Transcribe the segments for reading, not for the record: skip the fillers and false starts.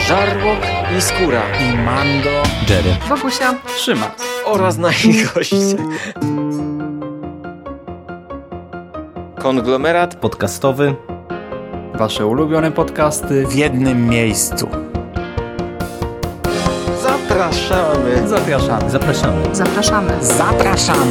Żarłok i Skóra i Mando, Jerry, Wokusia, Szymas oraz nasi goście. Konglomerat podcastowy. Wasze ulubione podcasty w jednym miejscu. Zapraszamy. Zapraszamy. Zapraszamy. zapraszamy. Zapraszamy!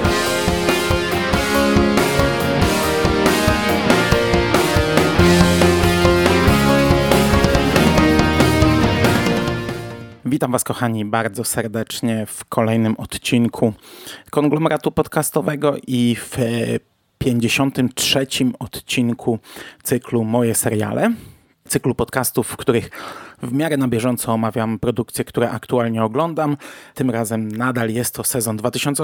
Witam Was, kochani, bardzo serdecznie w kolejnym odcinku Konglomeratu Podcastowego i w 53. odcinku cyklu Moje seriale. Cyklu podcastów, w których w miarę na bieżąco omawiam produkcje, które aktualnie oglądam. Tym razem nadal jest to sezon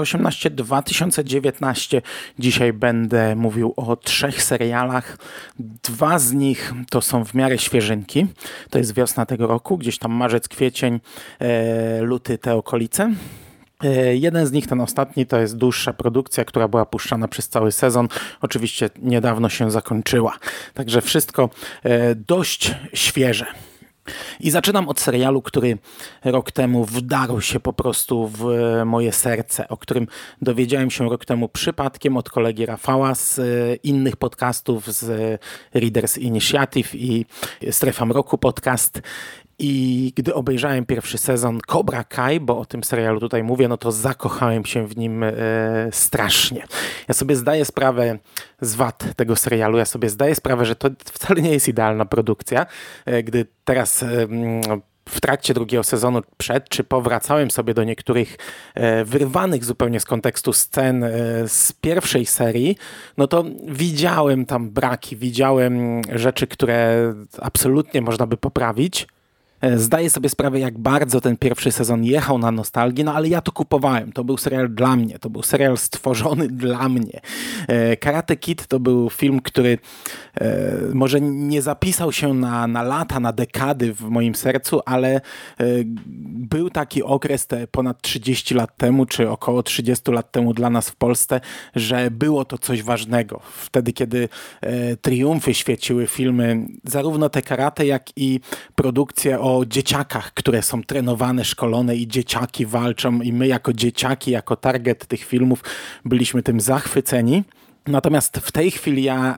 2018-2019. Dzisiaj będę mówił o 3 serialach. 2 z nich to są w miarę świeżynki. To jest wiosna tego roku, gdzieś tam marzec, kwiecień, luty, te okolice. Jeden z nich, ten ostatni, to jest dłuższa produkcja, która była puszczana przez cały sezon. Oczywiście niedawno się zakończyła. Także wszystko dość świeże. I zaczynam od serialu, który rok temu wdarł się po prostu w moje serce, o którym dowiedziałem się rok temu przypadkiem od kolegi Rafała z innych podcastów, z Readers Initiative i Strefa Mroku podcast. I gdy obejrzałem pierwszy sezon Cobra Kai, bo o tym serialu tutaj mówię, no to zakochałem się w nim strasznie. Ja sobie zdaję sprawę z wad tego serialu, ja sobie zdaję sprawę, że to wcale nie jest idealna produkcja. Gdy teraz w trakcie drugiego sezonu czy powracałem sobie do niektórych wyrwanych zupełnie z kontekstu scen z pierwszej serii, no to widziałem tam braki, widziałem rzeczy, które absolutnie można by poprawić. Zdaję sobie sprawę, jak bardzo ten pierwszy sezon jechał na nostalgię, no ale ja to kupowałem. To był serial dla mnie. To był serial stworzony dla mnie. Karate Kid to był film, który może nie zapisał się na lata, na dekady w moim sercu, ale był taki okres te ponad 30 lat temu, czy około 30 lat temu dla nas w Polsce, że było to coś ważnego. Wtedy, kiedy triumfy świeciły filmy, zarówno te karate, jak i produkcje o dzieciakach, które są trenowane, szkolone i dzieciaki walczą i my jako dzieciaki, jako target tych filmów byliśmy tym zachwyceni. Natomiast w tej chwili ja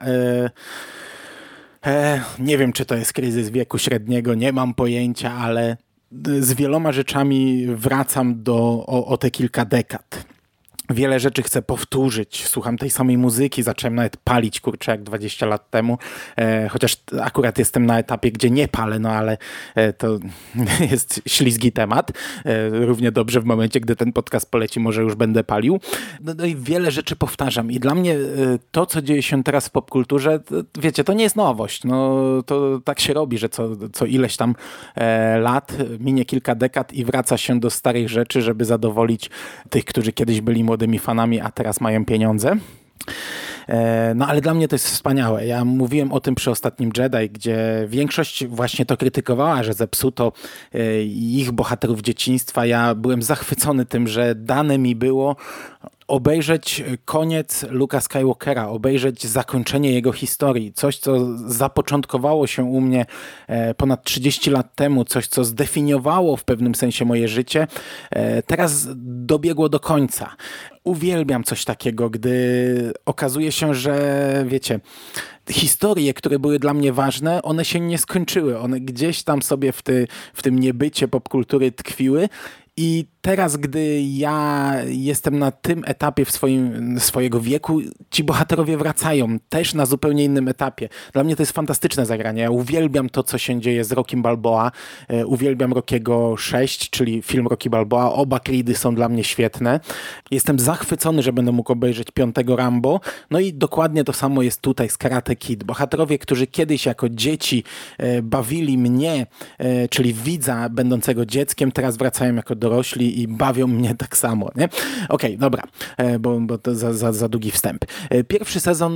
nie wiem, czy to jest kryzys wieku średniego, nie mam pojęcia, ale z wieloma rzeczami wracam o te kilka dekad. Wiele rzeczy chcę powtórzyć. Słucham tej samej muzyki. Zacząłem nawet palić, kurczę, jak 20 lat temu. Chociaż akurat jestem na etapie, gdzie nie palę, no ale to jest ślizgi temat. Równie dobrze w momencie, gdy ten podcast poleci, może już będę palił. No i wiele rzeczy powtarzam. I dla mnie to, co dzieje się teraz w popkulturze, wiecie, to nie jest nowość. No to tak się robi, że co ileś tam lat, minie kilka dekad i wraca się do starych rzeczy, żeby zadowolić tych, którzy kiedyś byli młodymi fanami, a teraz mają pieniądze. No ale dla mnie to jest wspaniałe. Ja mówiłem o tym przy ostatnim Jedi, gdzie większość właśnie to krytykowała, że zepsuto ich bohaterów dzieciństwa. Ja byłem zachwycony tym, że dane mi było obejrzeć koniec Luke'a Skywalkera, obejrzeć zakończenie jego historii. Coś, co zapoczątkowało się u mnie ponad 30 lat temu, coś, co zdefiniowało w pewnym sensie moje życie, teraz dobiegło do końca. Uwielbiam coś takiego, gdy okazuje się, że wiecie, historie, które były dla mnie ważne, one się nie skończyły. One gdzieś tam sobie w tym niebycie popkultury tkwiły. I teraz, gdy ja jestem na tym etapie swojego wieku, ci bohaterowie wracają też na zupełnie innym etapie. Dla mnie to jest fantastyczne zagranie. Ja uwielbiam to, co się dzieje z Rockiem Balboa. Uwielbiam Rockiego 6, czyli film Rocky Balboa. Oba Creedy są dla mnie świetne. Jestem zachwycony, że będę mógł obejrzeć 5. Rambo. No i dokładnie to samo jest tutaj z Karate Kid. Bohaterowie, którzy kiedyś jako dzieci bawili mnie, czyli widza będącego dzieckiem, teraz wracają jako dorośli i bawią mnie tak samo, nie? Okej, dobra, bo to za długi wstęp. Pierwszy sezon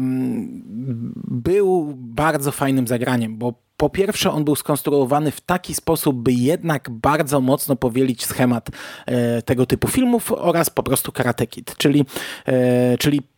był bardzo fajnym zagraniem, bo po pierwsze on był skonstruowany w taki sposób, by jednak bardzo mocno powielić schemat tego typu filmów oraz po prostu Karate Kid, czyli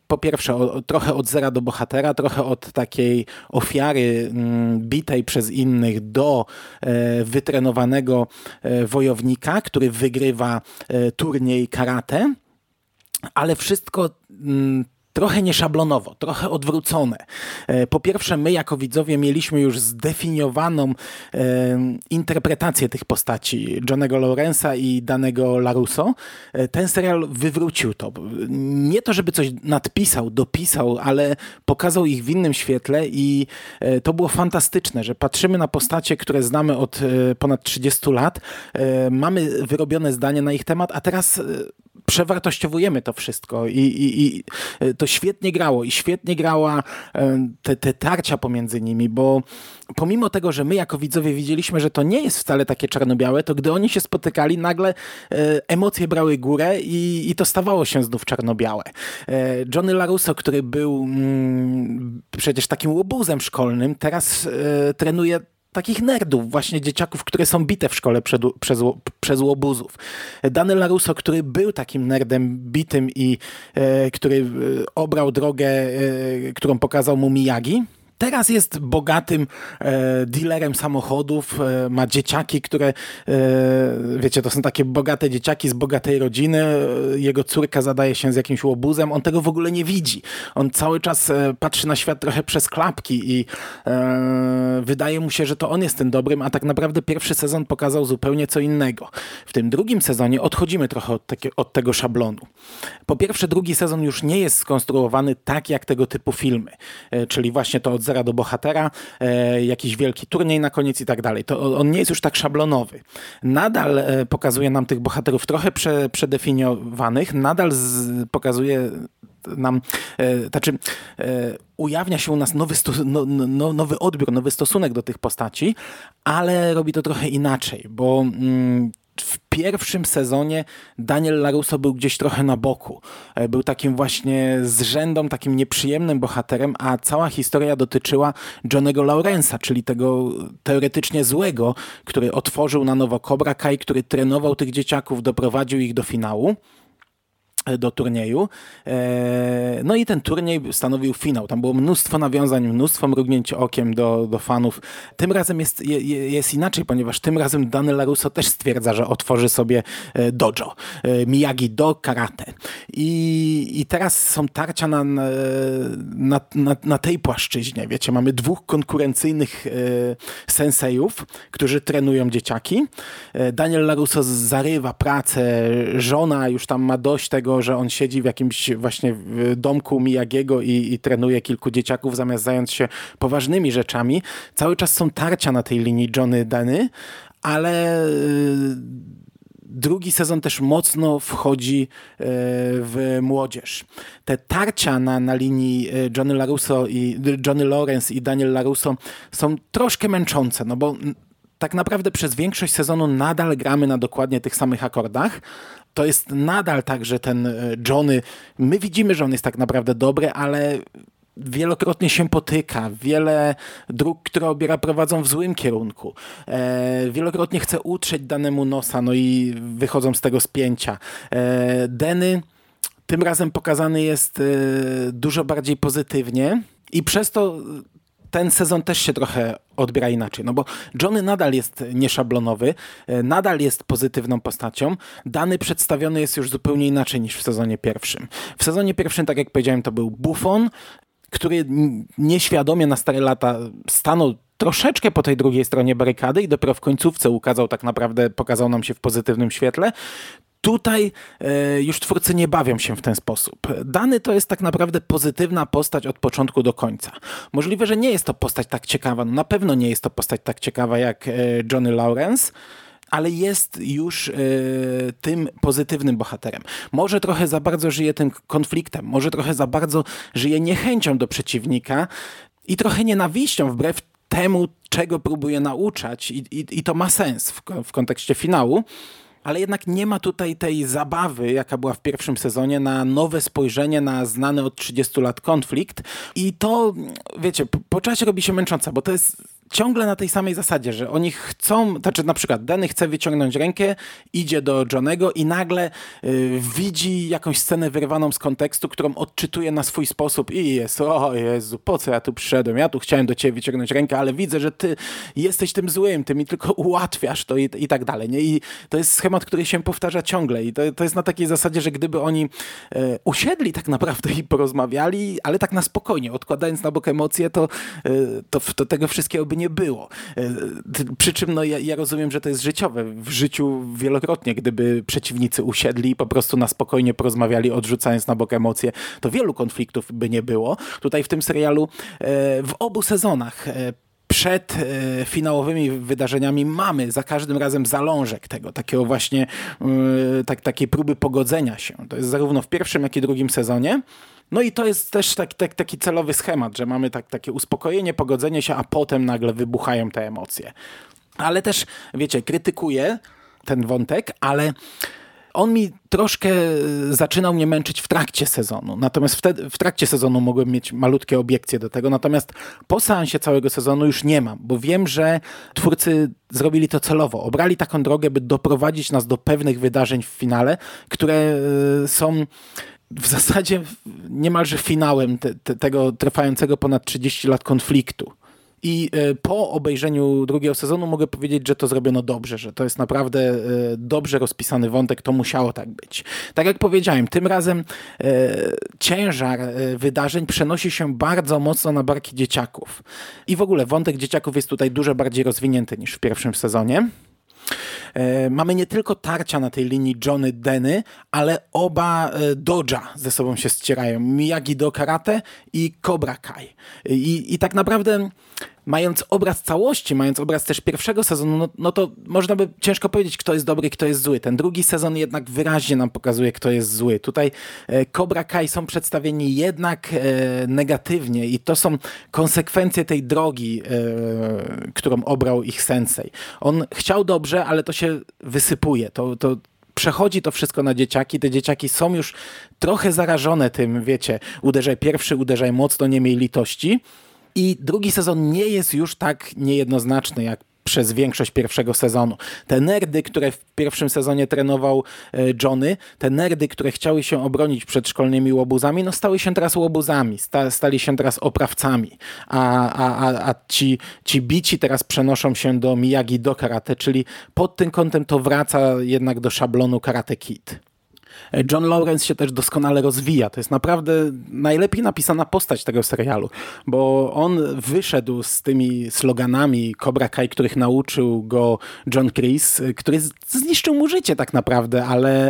po pierwsze trochę od zera do bohatera, trochę od takiej ofiary bitej przez innych do wytrenowanego wojownika, który wygrywa turniej karate, ale wszystko trochę nieszablonowo, trochę odwrócone. Po pierwsze, my jako widzowie mieliśmy już zdefiniowaną interpretację tych postaci Johnnego Lawrence'a i Danego LaRusso. Ten serial wywrócił to. Nie to, żeby coś nadpisał, dopisał, ale pokazał ich w innym świetle i to było fantastyczne, że patrzymy na postacie, które znamy od ponad 30 lat, mamy wyrobione zdanie na ich temat, a teraz przewartościowujemy to wszystko i to świetnie grało i świetnie grała te tarcia pomiędzy nimi, bo pomimo tego, że my jako widzowie widzieliśmy, że to nie jest wcale takie czarno-białe, to gdy oni się spotykali, nagle emocje brały górę i to stawało się znów czarno-białe. Johnny LaRusso, który był przecież takim łobuzem szkolnym, teraz trenuje takich nerdów, właśnie dzieciaków, które są bite w szkole przez łobuzów. Dany LaRusso, który był takim nerdem bitym i który obrał drogę, którą pokazał mu Miyagi, teraz jest bogatym dealerem samochodów, ma dzieciaki, które, wiecie, to są takie bogate dzieciaki z bogatej rodziny, jego córka zadaje się z jakimś łobuzem, on tego w ogóle nie widzi. On cały czas patrzy na świat trochę przez klapki i wydaje mu się, że to on jest tym dobrym, a tak naprawdę pierwszy sezon pokazał zupełnie co innego. W tym drugim sezonie odchodzimy trochę od tego szablonu. Po pierwsze, drugi sezon już nie jest skonstruowany tak, jak tego typu filmy, czyli właśnie to od zera do bohatera, jakiś wielki turniej na koniec i tak dalej. To on nie jest już tak szablonowy. Nadal pokazuje nam tych bohaterów trochę przedefiniowanych, nadal pokazuje nam, ujawnia się u nas nowy odbiór, nowy stosunek do tych postaci, ale robi to trochę inaczej, bo w pierwszym sezonie Daniel LaRusso był gdzieś trochę na boku. Był takim właśnie zrzędą, takim nieprzyjemnym bohaterem, a cała historia dotyczyła Johnnego Lawrence'a, czyli tego teoretycznie złego, który otworzył na nowo Cobra Kai, który trenował tych dzieciaków, doprowadził ich do finału, do turnieju. No i ten turniej stanowił finał. Tam było mnóstwo nawiązań, mnóstwo mrugnięć okiem do fanów. Tym razem jest inaczej, ponieważ tym razem Dany LaRusso też stwierdza, że otworzy sobie dojo. Miyagi-Do karate. I teraz są tarcia na tej płaszczyźnie. Wiecie, mamy dwóch konkurencyjnych sensejów, którzy trenują dzieciaki. Daniel LaRusso zarywa pracę, żona już tam ma dość tego, że on siedzi w jakimś właśnie domku Miyagiego i trenuje kilku dzieciaków, zamiast zająć się poważnymi rzeczami. Cały czas są tarcia na tej linii Johnny-Dany, ale drugi sezon też mocno wchodzi w młodzież. Te tarcia na linii Johnny Lawrence i Daniel LaRusso są troszkę męczące, no bo tak naprawdę przez większość sezonu nadal gramy na dokładnie tych samych akordach. To jest nadal tak, że ten Johnny, my widzimy, że on jest tak naprawdę dobry, ale wielokrotnie się potyka, wiele dróg, które obiera, prowadzą w złym kierunku. Wielokrotnie chce utrzeć danemu nosa, no i wychodzą z tego spięcia. Danny tym razem pokazany jest dużo bardziej pozytywnie i przez to ten sezon też się trochę odbiera inaczej, no bo Johnny nadal jest nieszablonowy, nadal jest pozytywną postacią. Dany przedstawiony jest już zupełnie inaczej niż w sezonie pierwszym. W sezonie pierwszym, tak jak powiedziałem, to był bufon, który nieświadomie na stare lata stanął troszeczkę po tej drugiej stronie barykady i dopiero w końcówce pokazał nam się w pozytywnym świetle. Tutaj już twórcy nie bawią się w ten sposób. Dany to jest tak naprawdę pozytywna postać od początku do końca. Możliwe, że nie jest to postać tak ciekawa, no na pewno nie jest to postać tak ciekawa jak Johnny Lawrence, ale jest już tym pozytywnym bohaterem. Może trochę za bardzo żyje tym konfliktem, może trochę za bardzo żyje niechęcią do przeciwnika i trochę nienawiścią wbrew temu, czego próbuje nauczać i to ma sens w kontekście finału. Ale jednak nie ma tutaj tej zabawy, jaka była w pierwszym sezonie, na nowe spojrzenie na znany od 30 lat konflikt. I to, wiecie, po czasie robi się męczące, bo to jest ciągle na tej samej zasadzie, że oni chcą, znaczy na przykład Danny chce wyciągnąć rękę, idzie do Johnego i nagle widzi jakąś scenę wyrwaną z kontekstu, którą odczytuje na swój sposób i jest, o Jezu, po co ja tu przyszedłem? Ja tu chciałem do ciebie wyciągnąć rękę, ale widzę, że ty jesteś tym złym, ty mi tylko ułatwiasz to i tak dalej. Nie? I to jest schemat, który się powtarza ciągle i to jest na takiej zasadzie, że gdyby oni usiedli tak naprawdę i porozmawiali, ale tak na spokojnie, odkładając na bok emocje, to tego wszystkiego by nie było. Przy czym no, ja rozumiem, że to jest życiowe. W życiu wielokrotnie, gdyby przeciwnicy usiedli i po prostu na spokojnie porozmawiali, odrzucając na bok emocje, to wielu konfliktów by nie było. Tutaj w tym serialu w obu sezonach przed finałowymi wydarzeniami mamy za każdym razem zalążek tego, takiego właśnie takiej próby pogodzenia się. To jest zarówno w pierwszym, jak i drugim sezonie. No i to jest też taki celowy schemat, że mamy takie uspokojenie, pogodzenie się, a potem nagle wybuchają te emocje. Ale też, wiecie, krytykuję ten wątek, ale on mi troszkę zaczynał mnie męczyć w trakcie sezonu. Natomiast w trakcie sezonu mogłem mieć malutkie obiekcje do tego. Natomiast po seansie całego sezonu już nie mam, bo wiem, że twórcy zrobili to celowo. Obrali taką drogę, by doprowadzić nas do pewnych wydarzeń w finale, które są w zasadzie niemalże finałem tego trwającego ponad 30 lat konfliktu. I po obejrzeniu drugiego sezonu mogę powiedzieć, że to zrobiono dobrze, że to jest naprawdę dobrze rozpisany wątek, to musiało tak być. Tak jak powiedziałem, tym razem ciężar wydarzeń przenosi się bardzo mocno na barki dzieciaków. I w ogóle wątek dzieciaków jest tutaj dużo bardziej rozwinięty niż w pierwszym sezonie. Mamy nie tylko tarcia na tej linii Johnny, Danny, ale oba doja ze sobą się ścierają. Miyagi-Do karate i Cobra Kai. I tak naprawdę mając obraz całości, mając obraz też pierwszego sezonu, no to można by ciężko powiedzieć, kto jest dobry, kto jest zły. Ten drugi sezon jednak wyraźnie nam pokazuje, kto jest zły. Tutaj Cobra Kai są przedstawieni jednak negatywnie i to są konsekwencje tej drogi, którą obrał ich sensei. On chciał dobrze, ale to się wysypuje. To przechodzi to wszystko na dzieciaki. Te dzieciaki są już trochę zarażone tym, wiecie, uderzaj pierwszy, uderzaj mocno, nie miej litości. I drugi sezon nie jest już tak niejednoznaczny jak przez większość pierwszego sezonu. Te nerdy, które w pierwszym sezonie trenował Johnny, te nerdy, które chciały się obronić przed szkolnymi łobuzami, no stały się teraz łobuzami, stali się teraz oprawcami. A ci bici teraz przenoszą się do Miyagi-Do karate, czyli pod tym kątem to wraca jednak do szablonu Karate Kid. John Lawrence się też doskonale rozwija. To jest naprawdę najlepiej napisana postać tego serialu, bo on wyszedł z tymi sloganami Cobra Kai, których nauczył go John Kreese, który zniszczył mu życie tak naprawdę, ale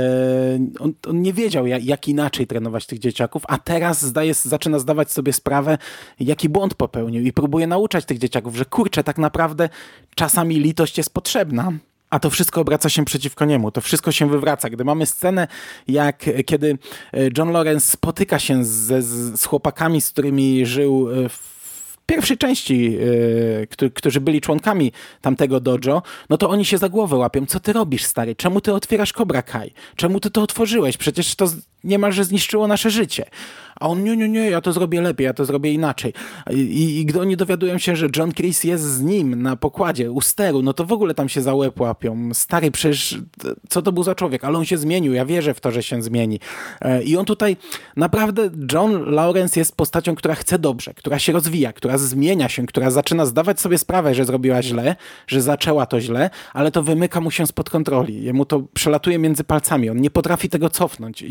on nie wiedział, jak inaczej trenować tych dzieciaków, a teraz zaczyna zdawać sobie sprawę, jaki błąd popełnił i próbuje nauczać tych dzieciaków, że kurczę, tak naprawdę czasami litość jest potrzebna. A to wszystko obraca się przeciwko niemu, to wszystko się wywraca. Gdy mamy scenę, kiedy John Lawrence spotyka się z chłopakami, z którymi żył w pierwszej części, którzy byli członkami tamtego dojo, no to oni się za głowę łapią. Co ty robisz, stary? Czemu ty otwierasz Cobra Kai? Czemu ty to otworzyłeś? Przecież to niemalże zniszczyło nasze życie. A on, nie, ja to zrobię lepiej, ja to zrobię inaczej. I gdy oni dowiadują się, że John Kreese jest z nim na pokładzie, u steru, no to w ogóle tam się za łeb łapią. Stary, przecież co to był za człowiek? Ale on się zmienił, ja wierzę w to, że się zmieni. I on tutaj, naprawdę John Lawrence jest postacią, która chce dobrze, która się rozwija, która zmienia się, która zaczyna zdawać sobie sprawę, że zrobiła źle, że zaczęła to źle, ale to wymyka mu się spod kontroli. Jemu to przelatuje między palcami. On nie potrafi tego cofnąć.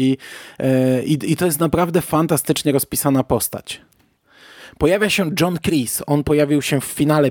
I to jest naprawdę fantastycznie rozpisana postać. Pojawia się John Kreese. On pojawił się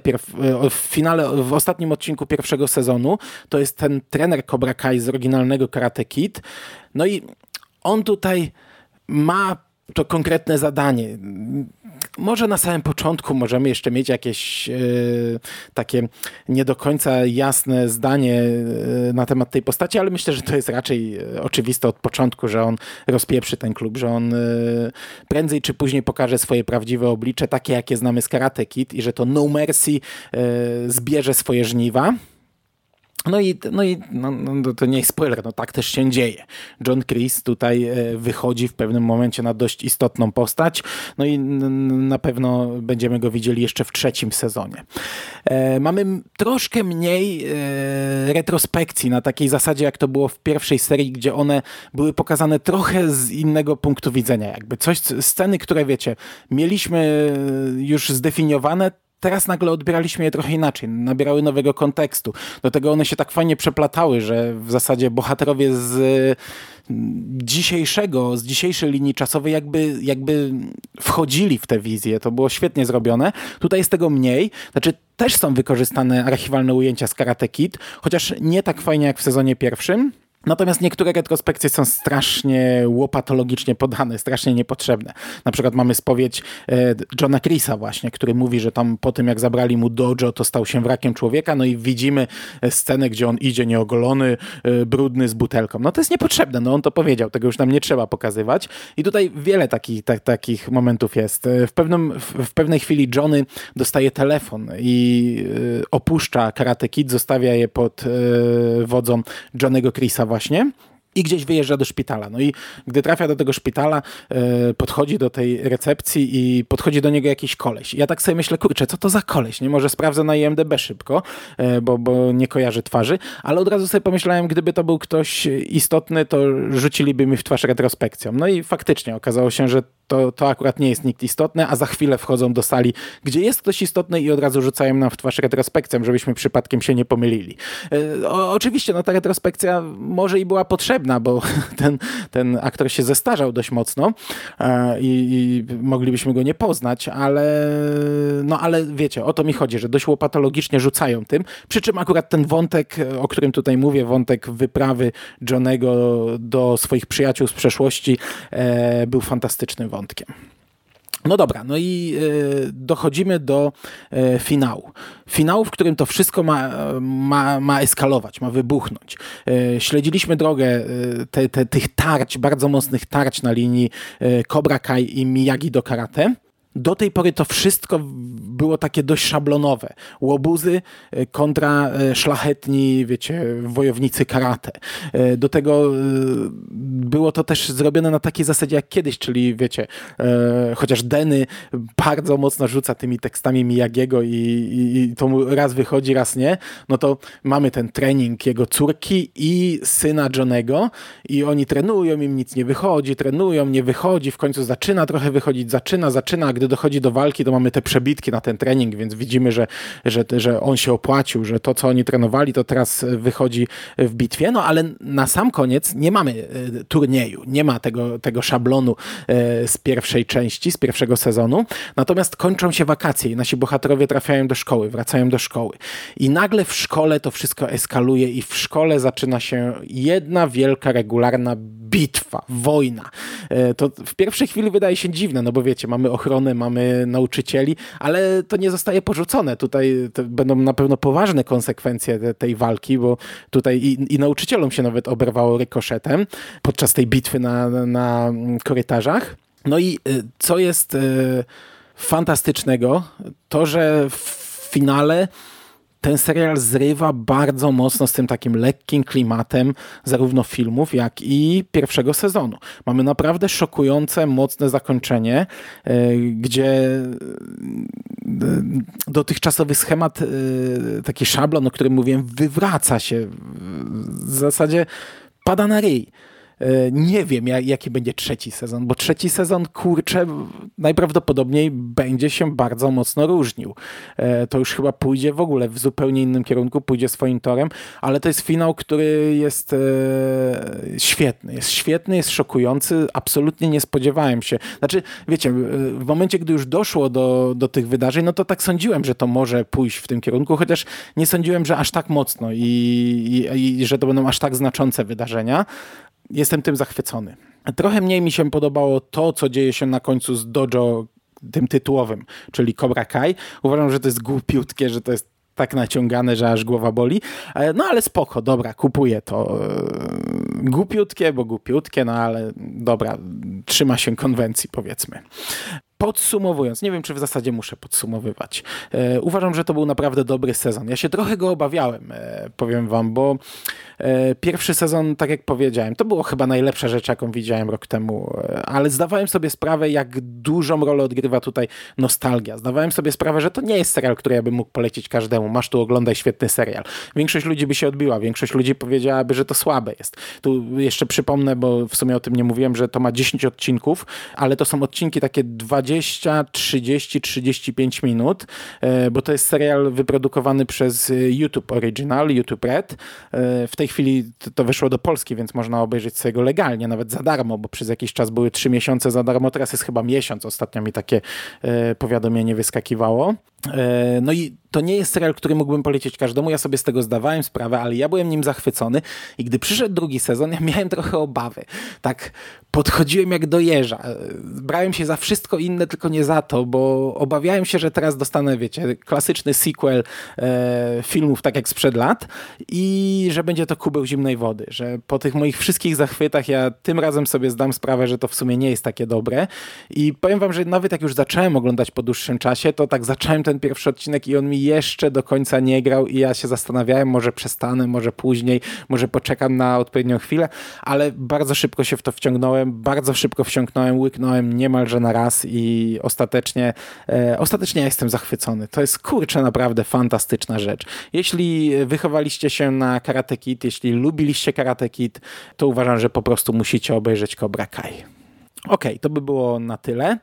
w ostatnim odcinku pierwszego sezonu. To jest ten trener Cobra Kai z oryginalnego Karate Kid. No i on tutaj ma to konkretne zadanie. Może na samym początku możemy jeszcze mieć jakieś takie nie do końca jasne zdanie na temat tej postaci, ale myślę, że to jest raczej oczywiste od początku, że on rozpieprzy ten klub, że on prędzej czy później pokaże swoje prawdziwe oblicze, takie jakie znamy z Karate Kid i że to No Mercy zbierze swoje żniwa. No, to nie jest spoiler, no tak też się dzieje. John Kreese tutaj wychodzi w pewnym momencie na dość istotną postać, no i na pewno będziemy go widzieli jeszcze w 3. sezonie. Mamy troszkę mniej retrospekcji na takiej zasadzie, jak to było w pierwszej serii, gdzie one były pokazane trochę z innego punktu widzenia. Jakby sceny, które wiecie, mieliśmy już zdefiniowane, teraz nagle odbieraliśmy je trochę inaczej, nabierały nowego kontekstu. Do tego one się tak fajnie przeplatały, że w zasadzie bohaterowie z dzisiejszej linii czasowej jakby wchodzili w tę wizję. To było świetnie zrobione. Tutaj jest tego mniej. Znaczy też są wykorzystane archiwalne ujęcia z Karate Kid, chociaż nie tak fajnie jak w sezonie 1. Natomiast niektóre retrospekcje są strasznie łopatologicznie podane, strasznie niepotrzebne. Na przykład mamy spowiedź Johna Kreesa właśnie, który mówi, że tam po tym jak zabrali mu dojo, to stał się wrakiem człowieka, no i widzimy scenę, gdzie on idzie neogolony, brudny z butelką. No to jest niepotrzebne, no on to powiedział, tego już nam nie trzeba pokazywać. I tutaj wiele takich momentów jest. W pewnej chwili Johnny dostaje telefon i opuszcza Karate Kid, zostawia je pod wodzą Johnego Kreesa właśnie i gdzieś wyjeżdża do szpitala. No i gdy trafia do tego szpitala, podchodzi do tej recepcji i podchodzi do niego jakiś koleś. Ja tak sobie myślę, kurczę, co to za koleś? Nie, może sprawdzę na IMDb szybko, bo nie kojarzę twarzy, ale od razu sobie pomyślałem, gdyby to był ktoś istotny, to rzuciliby mi w twarz retrospekcją. No i faktycznie okazało się, że to akurat nie jest nikt istotny, a za chwilę wchodzą do sali, gdzie jest ktoś istotny i od razu rzucają nam w twarz retrospekcją, żebyśmy przypadkiem się nie pomylili. Oczywiście, no ta retrospekcja może i była potrzebna, bo ten aktor się zestarzał dość mocno i moglibyśmy go nie poznać, ale wiecie, o to mi chodzi, że dość łopatologicznie rzucają tym, przy czym akurat ten wątek, o którym tutaj mówię, wątek wyprawy Johnego do swoich przyjaciół z przeszłości był fantastycznym wątkiem. No dobra, no i dochodzimy do finału. Finału, w którym to wszystko ma eskalować, ma wybuchnąć. Śledziliśmy drogę tych tarć, bardzo mocnych tarć na linii Cobra Kai i Miyagi do karate. Do tej pory to wszystko było takie dość szablonowe. Łobuzy kontra szlachetni, wiecie, wojownicy karate. Do tego było to też zrobione na takiej zasadzie jak kiedyś, czyli wiecie, chociaż Denny bardzo mocno rzuca tymi tekstami Miyagiego i to mu raz wychodzi, raz nie, no to mamy ten trening jego córki i syna Johnego i oni trenują, im nic nie wychodzi, trenują, nie wychodzi, w końcu zaczyna trochę wychodzić, zaczyna, a gdy dochodzi do walki, to mamy te przebitki na ten trening, więc widzimy, że on się opłacił, że to, co oni trenowali, to teraz wychodzi w bitwie, no ale na sam koniec nie mamy turnieju, nie ma tego szablonu z pierwszej części, z pierwszego sezonu, natomiast kończą się wakacje i nasi bohaterowie trafiają do szkoły, wracają do szkoły i nagle w szkole to wszystko eskaluje i w szkole zaczyna się jedna wielka, regularna bitwa, wojna. To w pierwszej chwili wydaje się dziwne, no bo wiecie, mamy ochronę, mamy nauczycieli, ale to nie zostaje porzucone. Tutaj będą na pewno poważne konsekwencje tej walki, bo tutaj i nauczycielom się nawet oberwało rykoszetem podczas tej bitwy na korytarzach. No i co jest fantastycznego, to, że w finale ten serial zrywa bardzo mocno z tym takim lekkim klimatem zarówno filmów, jak i pierwszego sezonu. Mamy naprawdę szokujące, mocne zakończenie, gdzie dotychczasowy schemat, taki szablon, o którym mówiłem, wywraca się. W zasadzie pada na ryj. Nie wiem, jaki będzie trzeci sezon, bo trzeci sezon, kurczę, najprawdopodobniej będzie się bardzo mocno różnił. To już chyba pójdzie w ogóle w zupełnie innym kierunku, pójdzie swoim torem, ale to jest finał, który jest świetny, jest szokujący, absolutnie nie spodziewałem się. Znaczy, wiecie, w momencie, gdy już doszło do tych wydarzeń, no to tak sądziłem, że to może pójść w tym kierunku, chociaż nie sądziłem, że aż tak mocno i że to będą aż tak znaczące wydarzenia. Jestem tym zachwycony. Trochę mniej mi się podobało to, co dzieje się na końcu z dojo tym tytułowym, czyli Cobra Kai. Uważam, że to jest głupiutkie, że to jest tak naciągane, że aż głowa boli. No ale spoko, dobra, kupuję to. Głupiutkie, no ale dobra, trzyma się konwencji, powiedzmy. Podsumowując, nie wiem, czy w zasadzie muszę podsumowywać. Uważam, że to był naprawdę dobry sezon. Ja się trochę go obawiałem, powiem wam, bo pierwszy sezon, tak jak powiedziałem, to było chyba najlepsza rzecz, jaką widziałem rok temu, ale zdawałem sobie sprawę, jak dużą rolę odgrywa tutaj nostalgia. Zdawałem sobie sprawę, że to nie jest serial, który ja bym mógł polecić każdemu. Masz tu, oglądaj, świetny serial. Większość ludzi by się odbiła, większość ludzi powiedziałaby, że to słabe jest. Tu jeszcze przypomnę, bo w sumie o tym nie mówiłem, że to ma 10 odcinków, ale to są odcinki takie 20, 30, 35 minut, bo to jest serial wyprodukowany przez YouTube Original, YouTube Red. W tej chwili to wyszło do Polski, więc można obejrzeć sobie go legalnie, nawet za darmo, bo przez jakiś czas były 3 miesiące za darmo, teraz jest chyba miesiąc. Ostatnio mi takie powiadomienie wyskakiwało. No i to nie jest serial, który mógłbym polecić każdemu, ja sobie z tego zdawałem sprawę, ale ja byłem nim zachwycony i gdy przyszedł drugi sezon, ja miałem trochę obawy. Tak podchodziłem jak do jeża. Brałem się za wszystko inne, tylko nie za to, bo obawiałem się, że teraz dostanę, wiecie, klasyczny sequel filmów tak jak sprzed lat i że będzie to kubeł zimnej wody, że po tych moich wszystkich zachwytach ja tym razem sobie zdam sprawę, że to w sumie nie jest takie dobre i powiem wam, że nawet jak już zacząłem oglądać po dłuższym czasie, to tak zacząłem ten pierwszy odcinek i on mi jeszcze do końca nie grał i ja się zastanawiałem, może przestanę, może później, może poczekam na odpowiednią chwilę, ale bardzo szybko się w to wciągnąłem, bardzo szybko wsiąknąłem, łyknąłem niemalże na raz i ostatecznie ja jestem zachwycony. To jest, kurczę, naprawdę fantastyczna rzecz. Jeśli wychowaliście się na Karate Kid, jeśli lubiliście Karate Kid, to uważam, że po prostu musicie obejrzeć Cobra Kai. Okej, to by było na tyle.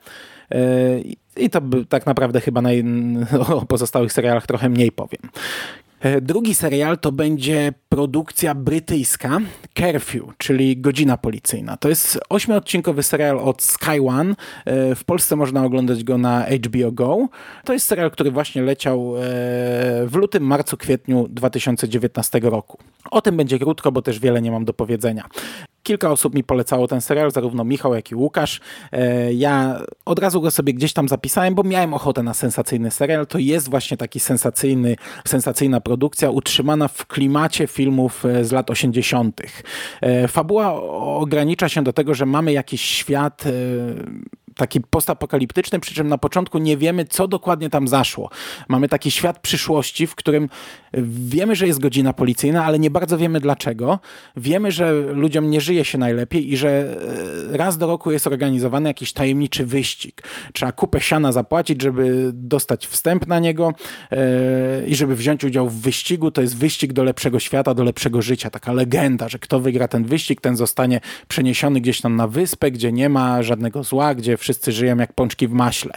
I to by tak naprawdę chyba o pozostałych serialach trochę mniej powiem. Drugi serial to będzie produkcja brytyjska Curfew, czyli Godzina Policyjna. To jest 8-odcinkowy serial od Sky One. W Polsce można oglądać go na HBO Go. To jest serial, który właśnie leciał w lutym, marcu, kwietniu 2019 roku. O tym będzie krótko, bo też wiele nie mam do powiedzenia. Kilka osób mi polecało ten serial, zarówno Michał, jak i Łukasz. Ja od razu go sobie gdzieś tam zapisałem, bo miałem ochotę na sensacyjny serial. To jest właśnie taki sensacyjna produkcja, utrzymana w klimacie filmów z lat 80. Fabuła ogranicza się do tego, że mamy jakiś świat taki postapokaliptyczny, przy czym na początku nie wiemy, co dokładnie tam zaszło. Mamy taki świat przyszłości, w którym wiemy, że jest godzina policyjna, ale nie bardzo wiemy dlaczego. Wiemy, że ludziom nie żyje się najlepiej i że raz do roku jest organizowany jakiś tajemniczy wyścig. Trzeba kupę siana zapłacić, żeby dostać wstęp na niego i żeby wziąć udział w wyścigu. To jest wyścig do lepszego świata, do lepszego życia. Taka legenda, że kto wygra ten wyścig, ten zostanie przeniesiony gdzieś tam na wyspę, gdzie nie ma żadnego zła, gdzie wszyscy żyją jak pączki w maśle.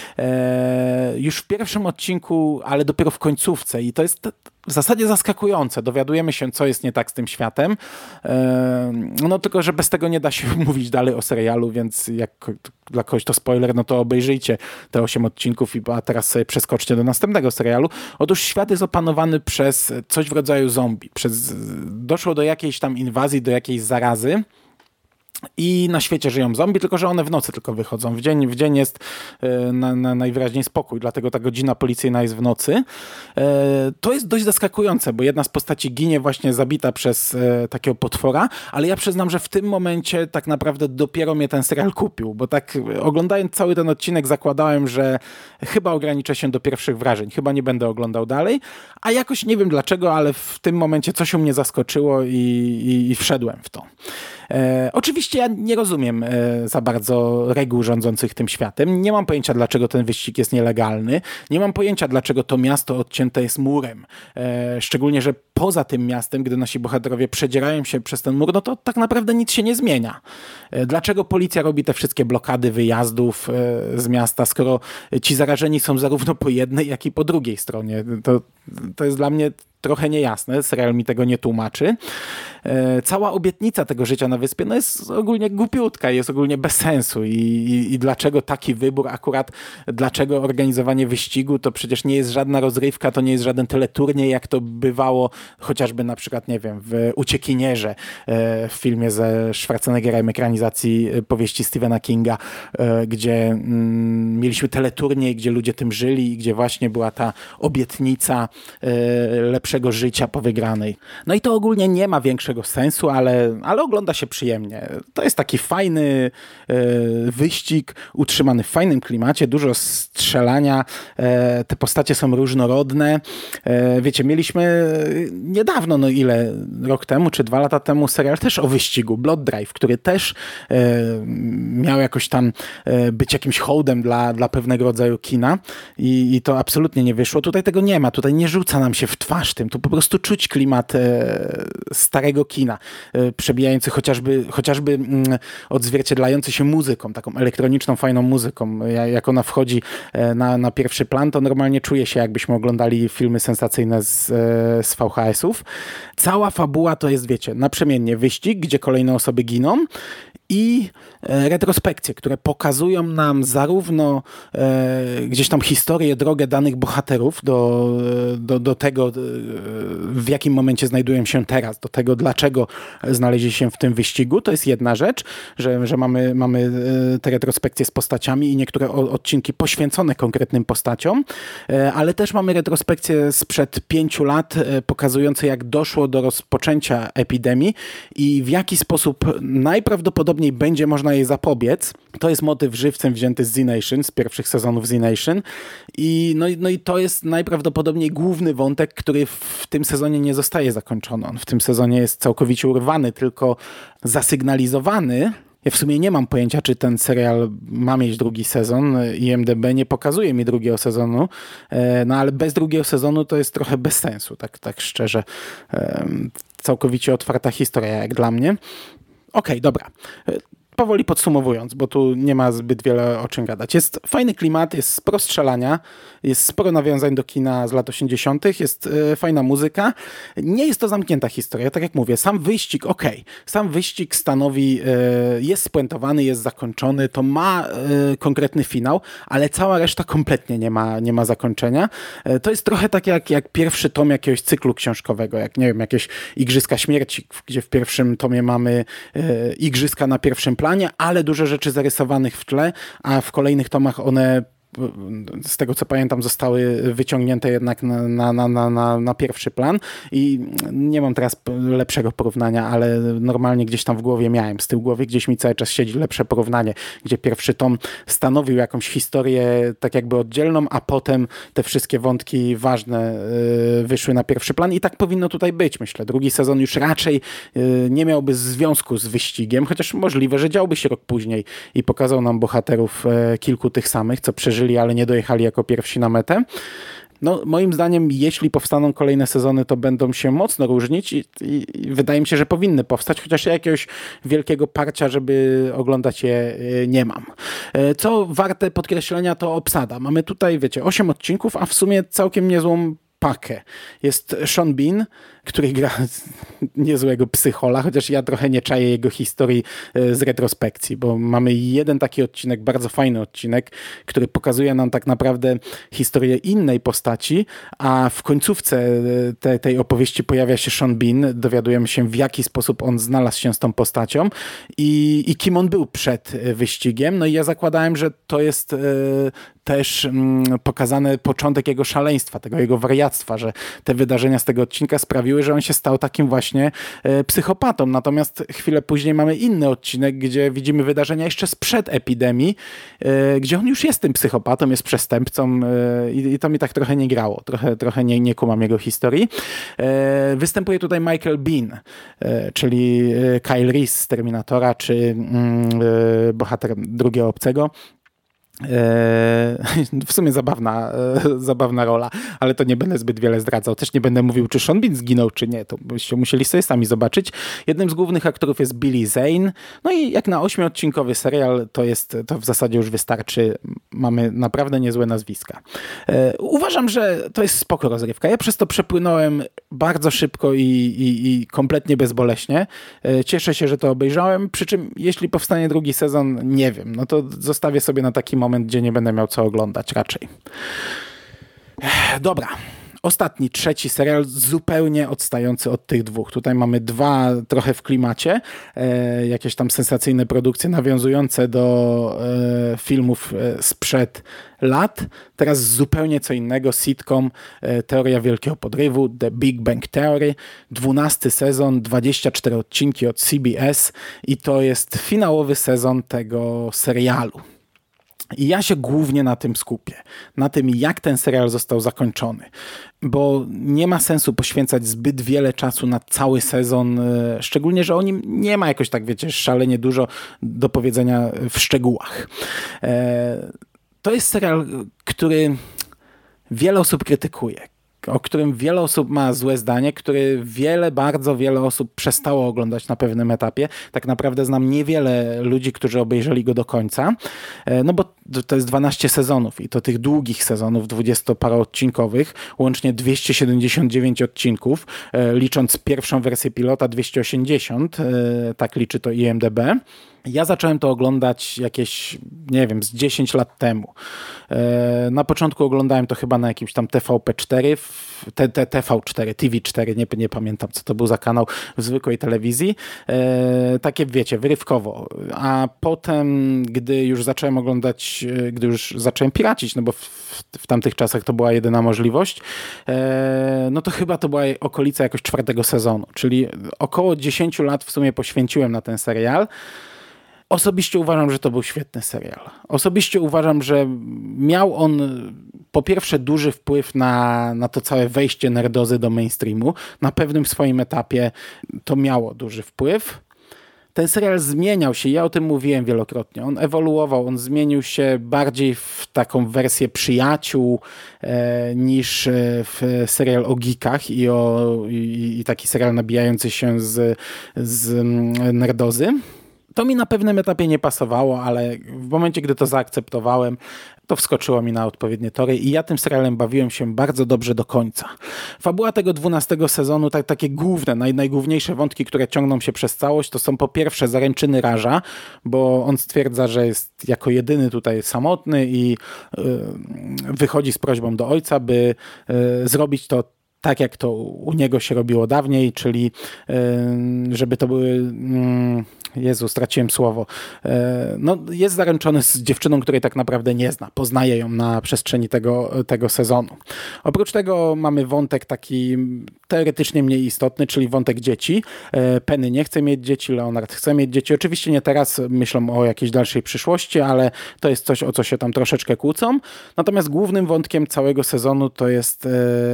Już w pierwszym odcinku, ale dopiero w końcówce i to jest w zasadzie zaskakujące. Dowiadujemy się, co jest nie tak z tym światem. No tylko, że bez tego nie da się mówić dalej o serialu, więc jak dla kogoś to spoiler, no to obejrzyjcie te 8 odcinków, a teraz sobie przeskoczcie do następnego serialu. Otóż świat jest opanowany przez coś w rodzaju zombie. Doszło do jakiejś tam inwazji, do jakiejś zarazy. I na świecie żyją zombie, tylko że one w nocy tylko wychodzą. W dzień jest najwyraźniej spokój, dlatego ta godzina policyjna jest w nocy. To jest dość zaskakujące, bo jedna z postaci ginie właśnie zabita przez takiego potwora, ale ja przyznam, że w tym momencie tak naprawdę dopiero mnie ten serial kupił, bo tak oglądając cały ten odcinek zakładałem, że chyba ograniczę się do pierwszych wrażeń, chyba nie będę oglądał dalej, a jakoś nie wiem dlaczego, ale w tym momencie coś u mnie zaskoczyło i wszedłem w to. Oczywiście ja nie rozumiem za bardzo reguł rządzących tym światem. Nie mam pojęcia, dlaczego ten wyścig jest nielegalny. Nie mam pojęcia, dlaczego to miasto odcięte jest murem. Szczególnie, że poza tym miastem, gdy nasi bohaterowie przedzierają się przez ten mur, no to tak naprawdę nic się nie zmienia. Dlaczego policja robi te wszystkie blokady wyjazdów z miasta, skoro ci zarażeni są zarówno po jednej, jak i po drugiej stronie? To jest dla mnie trochę niejasne, serial mi tego nie tłumaczy. Cała obietnica tego życia na wyspie jest ogólnie głupiutka, jest ogólnie bez sensu i dlaczego taki wybór akurat, dlaczego organizowanie wyścigu, to przecież nie jest żadna rozrywka, to nie jest żaden teleturniej, jak to bywało chociażby na przykład, nie wiem, w Uciekinierze, w filmie ze Schwarzeneggerem, ekranizacji powieści Stephena Kinga, gdzie mieliśmy teleturniej, gdzie ludzie tym żyli i gdzie właśnie była ta obietnica lepszego życia po wygranej. No i to ogólnie nie ma większego sensu, ale ogląda się przyjemnie. To jest taki fajny wyścig, utrzymany w fajnym klimacie, dużo strzelania, te postacie są różnorodne. Wiecie, mieliśmy niedawno, rok temu czy 2 lata temu serial też o wyścigu, Blood Drive, który też miał jakoś tam być jakimś hołdem dla pewnego rodzaju kina i to absolutnie nie wyszło. Tutaj tego nie ma, tutaj nie rzuca nam się w twarz tym, tu po prostu czuć klimat starego kina, przebijający chociażby odzwierciedlający się muzyką, taką elektroniczną, fajną muzyką. Jak ona wchodzi na pierwszy plan, to normalnie czuje się, jakbyśmy oglądali filmy sensacyjne z VHS-ów. Cała fabuła to jest, wiecie, naprzemiennie wyścig, gdzie kolejne osoby giną i retrospekcje, które pokazują nam zarówno gdzieś tam historię, drogę danych bohaterów do tego, w jakim momencie znajdują się teraz, do tego, dlaczego znaleźli się w tym wyścigu. To jest jedna rzecz, że mamy te retrospekcje z postaciami i niektóre odcinki poświęcone konkretnym postaciom, ale też mamy retrospekcje sprzed 5 lat pokazujące, jak doszło do rozpoczęcia epidemii i w jaki sposób najprawdopodobniej będzie można jej zapobiec. To jest motyw żywcem wzięty z Z-Nation, z pierwszych sezonów Z-Nation i to jest najprawdopodobniej główny wątek, który w tym sezonie nie zostaje zakończony. On w tym sezonie jest całkowicie urwany, tylko zasygnalizowany. Ja w sumie nie mam pojęcia, czy ten serial ma mieć drugi sezon. IMDb nie pokazuje mi drugiego sezonu, ale bez drugiego sezonu to jest trochę bez sensu, tak szczerze. Całkowicie otwarta historia, jak dla mnie. Okej, dobra. Powoli podsumowując, bo tu nie ma zbyt wiele o czym gadać. Jest fajny klimat, jest sporo strzelania, jest sporo nawiązań do kina z lat 80., jest fajna muzyka. Nie jest to zamknięta historia, tak jak mówię, sam wyścig, sam wyścig stanowi, jest spuentowany, jest zakończony, to ma konkretny finał, ale cała reszta kompletnie nie ma zakończenia. To jest trochę tak jak pierwszy tom jakiegoś cyklu książkowego, jak nie wiem, jakieś Igrzyska Śmierci, gdzie w pierwszym tomie mamy igrzyska na pierwszym planie, ale dużo rzeczy zarysowanych w tle, a w kolejnych tomach one, z tego co pamiętam, zostały wyciągnięte jednak na pierwszy plan i nie mam teraz lepszego porównania, ale normalnie gdzieś tam w głowie miałem. Z tyłu głowy gdzieś mi cały czas siedzi lepsze porównanie, gdzie pierwszy tom stanowił jakąś historię tak jakby oddzielną, a potem te wszystkie wątki ważne wyszły na pierwszy plan i tak powinno tutaj być, myślę. Drugi sezon już raczej nie miałby związku z wyścigiem, chociaż możliwe, że działby się rok później i pokazał nam bohaterów kilku tych samych, co przeżyli, ale nie dojechali jako pierwsi na metę. No, moim zdaniem, jeśli powstaną kolejne sezony, to będą się mocno różnić i wydaje mi się, że powinny powstać, chociaż ja jakiegoś wielkiego parcia, żeby oglądać je, nie mam. Co warte podkreślenia, to obsada. Mamy tutaj, wiecie, 8 odcinków, a w sumie całkiem niezłą pakę. Jest Sean Bean, który gra niezłego psychola, chociaż ja trochę nie czaję jego historii z retrospekcji, bo mamy jeden taki odcinek, bardzo fajny odcinek, który pokazuje nam tak naprawdę historię innej postaci, a w końcówce tej opowieści pojawia się Sean Bean, dowiadujemy się, w jaki sposób on znalazł się z tą postacią i kim on był przed wyścigiem. No i ja zakładałem, że to jest też pokazany początek jego szaleństwa, tego jego wariactwa, że te wydarzenia z tego odcinka sprawiły, że on się stał takim właśnie psychopatą. Natomiast chwilę później mamy inny odcinek, gdzie widzimy wydarzenia jeszcze sprzed epidemii, gdzie on już jest tym psychopatą, jest przestępcą i to mi tak trochę nie grało. Trochę nie kumam jego historii. Występuje tutaj Michael Biehn, czyli Kyle Reese z Terminatora, czy bohater Drugiego Obcego. W sumie zabawna rola, ale to nie będę zbyt wiele zdradzał. Też nie będę mówił, czy Sean Bean zginął, czy nie. To byście musieli sobie sami zobaczyć. Jednym z głównych aktorów jest Billy Zane. No i jak na 8-odcinkowy serial to w zasadzie już wystarczy. Mamy naprawdę niezłe nazwiska. Uważam, że to jest spoko rozrywka. Ja przez to przepłynąłem bardzo szybko i kompletnie bezboleśnie. Cieszę się, że to obejrzałem. Przy czym jeśli powstanie drugi sezon, nie wiem. No to zostawię sobie na taki moment, gdzie nie będę miał co oglądać raczej. Dobra. ostatni, trzeci serial zupełnie odstający od tych dwóch. Tutaj mamy dwa trochę w klimacie, jakieś tam sensacyjne produkcje nawiązujące do filmów sprzed lat. Teraz zupełnie co innego, sitcom Teoria Wielkiego Podrywu, The Big Bang Theory, 12 sezon, 24 odcinki od CBS i to jest finałowy sezon tego serialu. I ja się głównie na tym skupię, na tym, jak ten serial został zakończony, bo nie ma sensu poświęcać zbyt wiele czasu na cały sezon, szczególnie, że o nim nie ma jakoś tak, wiecie, szalenie dużo do powiedzenia w szczegółach. To jest serial, który wiele osób krytykuje, o którym wiele osób ma złe zdanie, który bardzo wiele osób przestało oglądać na pewnym etapie. Tak naprawdę znam niewiele ludzi, którzy obejrzeli go do końca, no bo to jest 12 sezonów i to tych długich sezonów, 20-paroodcinkowych, łącznie 279 odcinków, licząc pierwszą wersję pilota 280, tak liczy to IMDb. Ja zacząłem to oglądać jakieś, nie wiem, z 10 lat temu. Na początku oglądałem to chyba na jakimś tam TVP4, TV4, TV4, nie pamiętam, co to był za kanał w zwykłej telewizji. Takie, wiecie, wyrywkowo. A potem, gdy już zacząłem oglądać, gdy już zacząłem piracić, no bo w tamtych czasach to była jedyna możliwość, no to chyba to była okolica jakoś 4. sezonu, czyli około 10 lat w sumie poświęciłem na ten serial. Osobiście uważam, że to był świetny serial. Osobiście uważam, że miał on po pierwsze duży wpływ na to całe wejście nerdozy do mainstreamu. Na pewnym swoim etapie to miało duży wpływ. Ten serial zmieniał się, ja o tym mówiłem wielokrotnie. On ewoluował, on zmienił się bardziej w taką wersję przyjaciół niż w serial o geekach i taki serial nabijający się z nerdozy. To mi na pewnym etapie nie pasowało, ale w momencie, gdy to zaakceptowałem, to wskoczyło mi na odpowiednie tory i ja tym serialem bawiłem się bardzo dobrze do końca. Fabuła tego 12 sezonu, takie główne, najgłówniejsze wątki, które ciągną się przez całość, to są po pierwsze zaręczyny Raża, bo on stwierdza, że jest jako jedyny tutaj samotny i wychodzi z prośbą do ojca, by zrobić to tak, jak to u niego się robiło dawniej, czyli żeby to były... Jezu, straciłem słowo. No, jest zaręczony z dziewczyną, której tak naprawdę nie zna. Poznaje ją na przestrzeni tego sezonu. Oprócz tego mamy wątek taki teoretycznie mniej istotny, czyli wątek dzieci. Penny nie chce mieć dzieci, Leonard chce mieć dzieci. Oczywiście nie teraz, myślą o jakiejś dalszej przyszłości, ale to jest coś, o co się tam troszeczkę kłócą. Natomiast głównym wątkiem całego sezonu to jest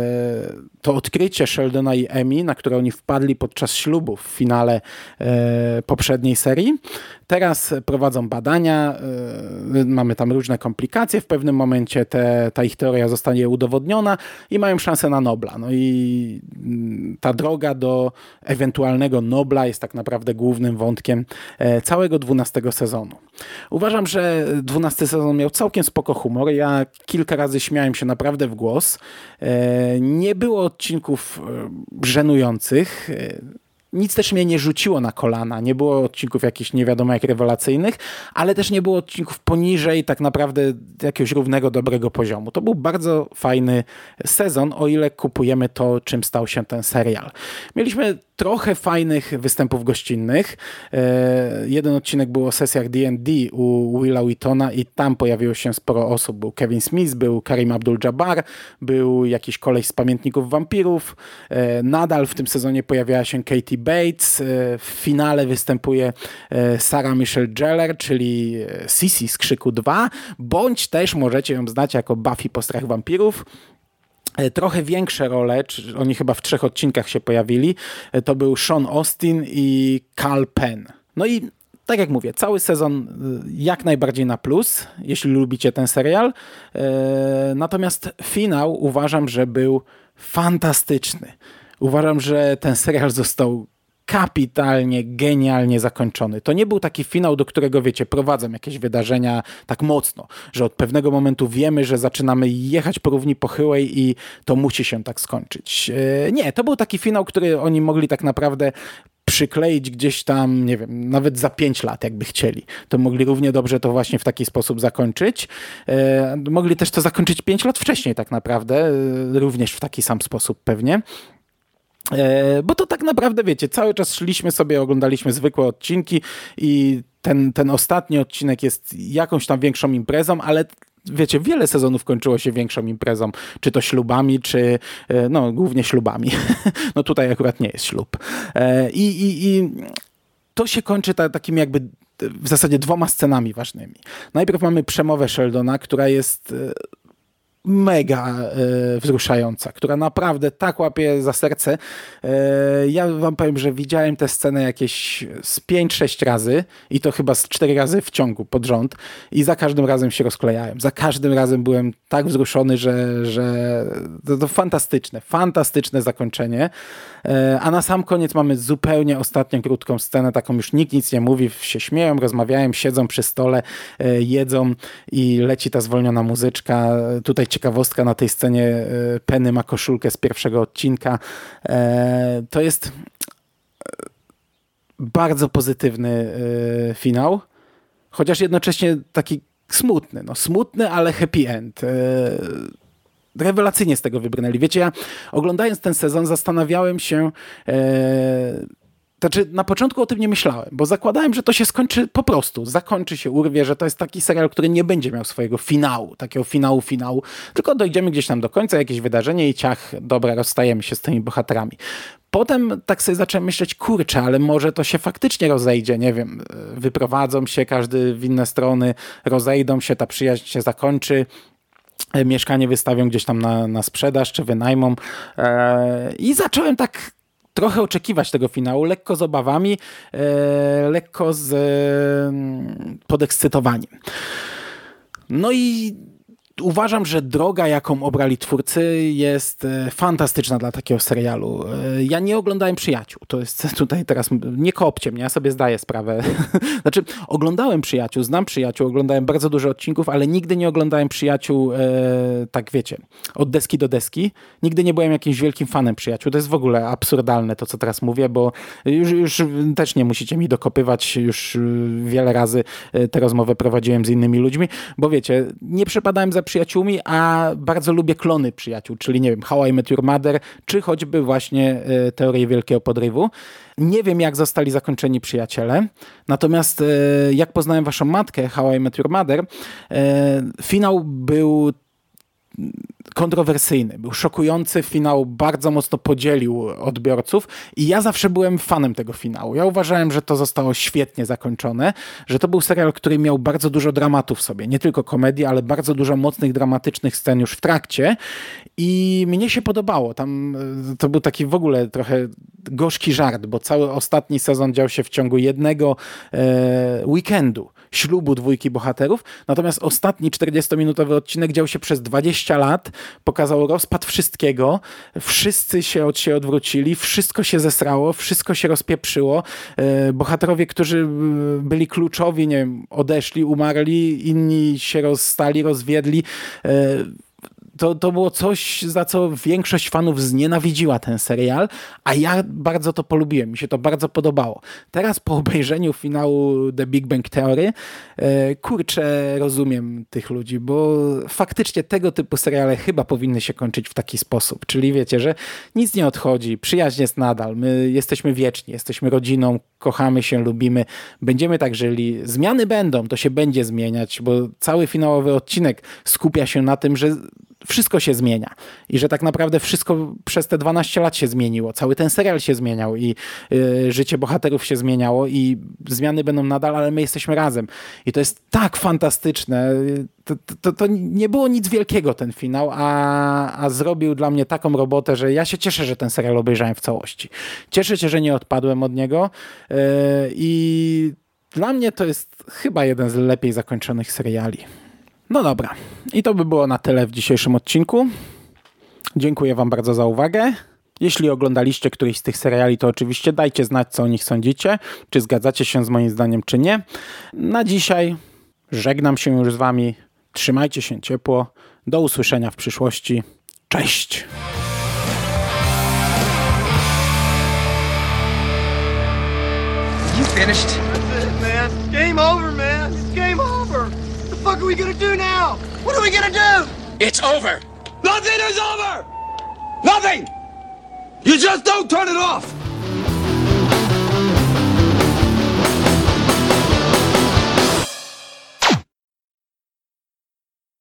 to odkrycie Sheldona i Amy, na które oni wpadli podczas ślubu w finale poprzedniej serii. Teraz prowadzą badania, mamy tam różne komplikacje, w pewnym momencie ta ich teoria zostanie udowodniona i mają szansę na Nobla. No i ta droga do ewentualnego Nobla jest tak naprawdę głównym wątkiem całego 12 sezonu. Uważam, że 12 sezon miał całkiem spoko humor. Ja kilka razy śmiałem się naprawdę w głos. Nie było odcinków żenujących. Nic też mnie nie rzuciło na kolana, nie było odcinków jakichś nie wiadomo jak rewelacyjnych, ale też nie było odcinków poniżej tak naprawdę jakiegoś równego, dobrego poziomu. To był bardzo fajny sezon, o ile kupujemy to, czym stał się ten serial. Mieliśmy trochę fajnych występów gościnnych. Jeden odcinek był o sesjach D&D u Willa Wheatona i tam pojawiło się sporo osób. Był Kevin Smith, był Kareem Abdul-Jabbar, był jakiś koleś z Pamiętników Wampirów. Nadal w tym sezonie pojawiała się Katie Bates. W finale występuje Sarah Michelle Gellar, czyli Sissy z Krzyku 2, bądź też możecie ją znać jako Buffy Postrach Wampirów. Trochę większe role, oni chyba w 3 odcinkach się pojawili, to był Sean Austin i Kal Penn. No i tak jak mówię, cały sezon jak najbardziej na plus, jeśli lubicie ten serial. Natomiast finał uważam, że był fantastyczny. Uważam, że ten serial został kapitalnie, genialnie zakończony. To nie był taki finał, do którego, wiecie, prowadzą jakieś wydarzenia tak mocno, że od pewnego momentu wiemy, że zaczynamy jechać po równi pochyłej i to musi się tak skończyć. Nie, to był taki finał, który oni mogli tak naprawdę przykleić gdzieś tam, nie wiem, nawet za 5 lat, jakby chcieli. To mogli równie dobrze to właśnie w taki sposób zakończyć. Mogli też to zakończyć 5 lat wcześniej tak naprawdę, również w taki sam sposób pewnie. Bo to tak naprawdę, wiecie, cały czas szliśmy sobie, oglądaliśmy zwykłe odcinki i ten ostatni odcinek jest jakąś tam większą imprezą, ale wiecie, wiele sezonów kończyło się większą imprezą, czy to ślubami, czy no głównie ślubami. No tutaj akurat nie jest ślub. I to się kończy takim jakby w zasadzie 2 scenami ważnymi. Najpierw mamy przemowę Sheldona, która jest mega wzruszająca, która naprawdę tak łapie za serce. Ja wam powiem, że widziałem tę scenę jakieś z 5-6 razy i to chyba z 4 razy w ciągu pod rząd i za każdym razem się rozklejałem. Za każdym razem byłem tak wzruszony, że to fantastyczne zakończenie. A na sam koniec mamy zupełnie ostatnią krótką scenę, taką już nikt nic nie mówi, się śmieją, rozmawiają, siedzą przy stole, jedzą i leci ta zwolniona muzyczka. Tutaj ciekawostka, na tej scenie Penny ma koszulkę z pierwszego odcinka. To jest bardzo pozytywny finał, chociaż jednocześnie taki smutny. No, smutny, ale happy end. Rewelacyjnie z tego wybrnęli. Wiecie, ja oglądając ten sezon zastanawiałem się, znaczy na początku o tym nie myślałem, bo zakładałem, że to się skończy po prostu, zakończy się, urwie, że to jest taki serial, który nie będzie miał swojego finału, takiego finału, tylko dojdziemy gdzieś tam do końca, jakieś wydarzenie i ciach, dobra, rozstajemy się z tymi bohaterami. Potem tak sobie zacząłem myśleć, kurczę, ale może to się faktycznie rozejdzie, nie wiem, wyprowadzą się każdy w inne strony, rozejdą się, ta przyjaźń się zakończy, mieszkanie wystawią gdzieś tam na sprzedaż, czy wynajmą i zacząłem tak trochę oczekiwać tego finału, lekko z obawami, lekko z podekscytowaniem. No i uważam, że droga, jaką obrali twórcy, jest fantastyczna dla takiego serialu. Ja nie oglądałem Przyjaciół. To jest tutaj teraz, nie kopcie mnie, ja sobie zdaję sprawę. Znaczy, oglądałem Przyjaciół, znam Przyjaciół, oglądałem bardzo dużo odcinków, ale nigdy nie oglądałem Przyjaciół, tak wiecie, od deski do deski. Nigdy nie byłem jakimś wielkim fanem Przyjaciół. To jest w ogóle absurdalne to, co teraz mówię, bo już też nie musicie mi dokopywać. Już wiele razy tę rozmowę prowadziłem z innymi ludźmi, bo wiecie, nie przepadałem za Przyjaciółmi, a bardzo lubię klony Przyjaciół, czyli nie wiem, How I Met Your Mother, czy choćby właśnie Teorię Wielkiego Podrywu. Nie wiem, jak zostali zakończeni Przyjaciele, natomiast jak poznałem waszą matkę, How I Met Your Mother, finał był kontrowersyjny, był szokujący, finał bardzo mocno podzielił odbiorców i ja zawsze byłem fanem tego finału. Ja uważałem, że to zostało świetnie zakończone, że to był serial, który miał bardzo dużo dramatu w sobie, nie tylko komedii, ale bardzo dużo mocnych, dramatycznych scen już w trakcie i mnie się podobało. Tam to był taki w ogóle trochę gorzki żart, bo cały ostatni sezon dział się w ciągu jednego weekendu, ślubu 2 bohaterów, natomiast ostatni 40-minutowy odcinek dział się przez 20 lat, pokazał rozpad wszystkiego, wszyscy się od siebie odwrócili, wszystko się zesrało, wszystko się rozpieprzyło, bohaterowie, którzy byli kluczowi, nie wiem, odeszli, umarli, inni się rozstali, rozwiedli. To było coś, za co większość fanów znienawidziła ten serial, a ja bardzo to polubiłem, mi się to bardzo podobało. Teraz po obejrzeniu finału The Big Bang Theory, kurczę, rozumiem tych ludzi, bo faktycznie tego typu seriale chyba powinny się kończyć w taki sposób. Czyli wiecie, że nic nie odchodzi, przyjaźń jest nadal, my jesteśmy wieczni, jesteśmy rodziną, kochamy się, lubimy, będziemy tak żyli, zmiany będą, to się będzie zmieniać, bo cały finałowy odcinek skupia się na tym, że wszystko się zmienia i że tak naprawdę wszystko przez te 12 lat się zmieniło. Cały ten serial się zmieniał i życie bohaterów się zmieniało i zmiany będą nadal, ale my jesteśmy razem. I to jest tak fantastyczne. To nie było nic wielkiego ten finał, a zrobił dla mnie taką robotę, że ja się cieszę, że ten serial obejrzałem w całości. Cieszę się, że nie odpadłem od niego i dla mnie to jest chyba jeden z lepiej zakończonych seriali. No dobra, i to by było na tyle w dzisiejszym odcinku. Dziękuję wam bardzo za uwagę. Jeśli oglądaliście któryś z tych seriali, to oczywiście dajcie znać, co o nich sądzicie, czy zgadzacie się z moim zdaniem, czy nie. Na dzisiaj żegnam się już z wami. Trzymajcie się ciepło. Do usłyszenia w przyszłości. Cześć! finished? That's it, man. Game over, man. It's game over. What the fuck are we gonna do now? What are we gonna do? It's over! Nothing is over! Nothing! You just don't turn it off!